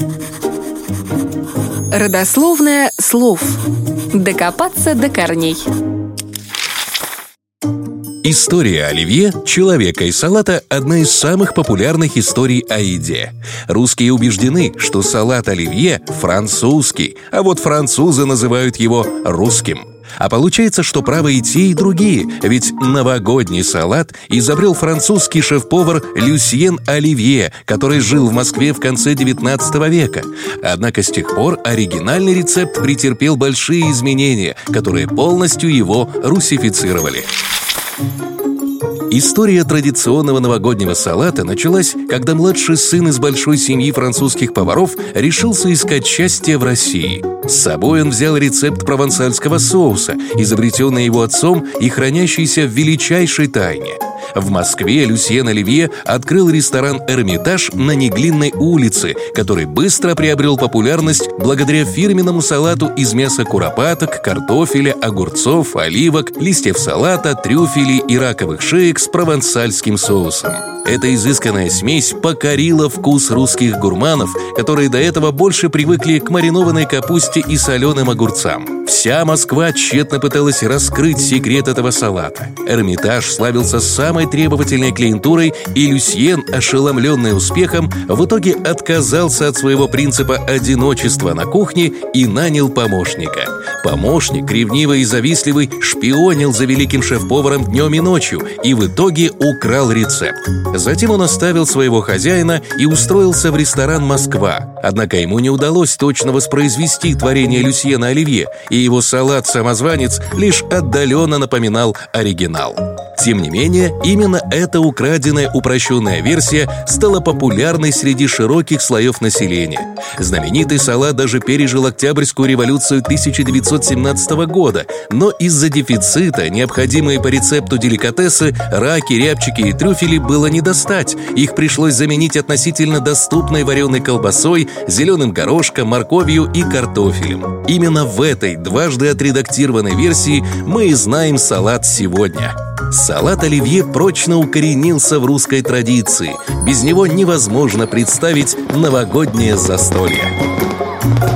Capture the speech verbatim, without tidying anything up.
Родословная слов. Докопаться до корней. История оливье, человека и салата – одна из самых популярных историй о еде. Русские убеждены, что салат оливье французский, а вот французы называют его русским. А получается, что правы и те, и другие, ведь новогодний салат изобрел французский шеф-повар Люсьен Оливье, который жил в Москве в конце девятнадцатого века. Однако с тех пор оригинальный рецепт претерпел большие изменения, которые полностью его русифицировали. История традиционного новогоднего салата началась, когда младший сын из большой семьи французских поваров решился искать счастье в России. С собой он взял рецепт провансальского соуса, изобретенный его отцом и хранящийся в величайшей тайне. В Москве Люсьен Оливье открыл ресторан «Эрмитаж» на Неглинной улице, который быстро приобрел популярность благодаря фирменному салату из мяса куропаток, картофеля, огурцов, оливок, листьев салата, трюфелей и раковых шеек с провансальским соусом. Эта изысканная смесь покорила вкус русских гурманов, которые до этого больше привыкли к маринованной капусте и соленым огурцам. Вся Москва тщетно пыталась раскрыть секрет этого салата. «Эрмитаж» славился самой требовательной клиентурой, и Люсьен, ошеломленный успехом, в итоге отказался от своего принципа одиночества на кухне и нанял помощника. Помощник, ревнивый и завистливый, шпионил за великим шеф-поваром днем и ночью и в итоге украл рецепт. Затем он оставил своего хозяина и устроился в ресторан «Москва». Однако ему не удалось точно воспроизвести творение Люсьена Оливье, и его салат-самозванец лишь отдаленно напоминал оригинал. Тем не менее, именно эта украденная упрощенная версия стала популярной среди широких слоев населения. Знаменитый салат даже пережил Октябрьскую революцию тысяча девятьсот семнадцатого года, но из-за дефицита необходимые по рецепту деликатесы, раки, рябчики и трюфели было не достать. Их пришлось заменить относительно доступной вареной колбасой, зеленым горошком, морковью и картофелем. Именно в этой дважды отредактированной версии мы и знаем салат сегодня. Салат оливье прочно укоренился в русской традиции. Без него невозможно представить новогоднее застолье.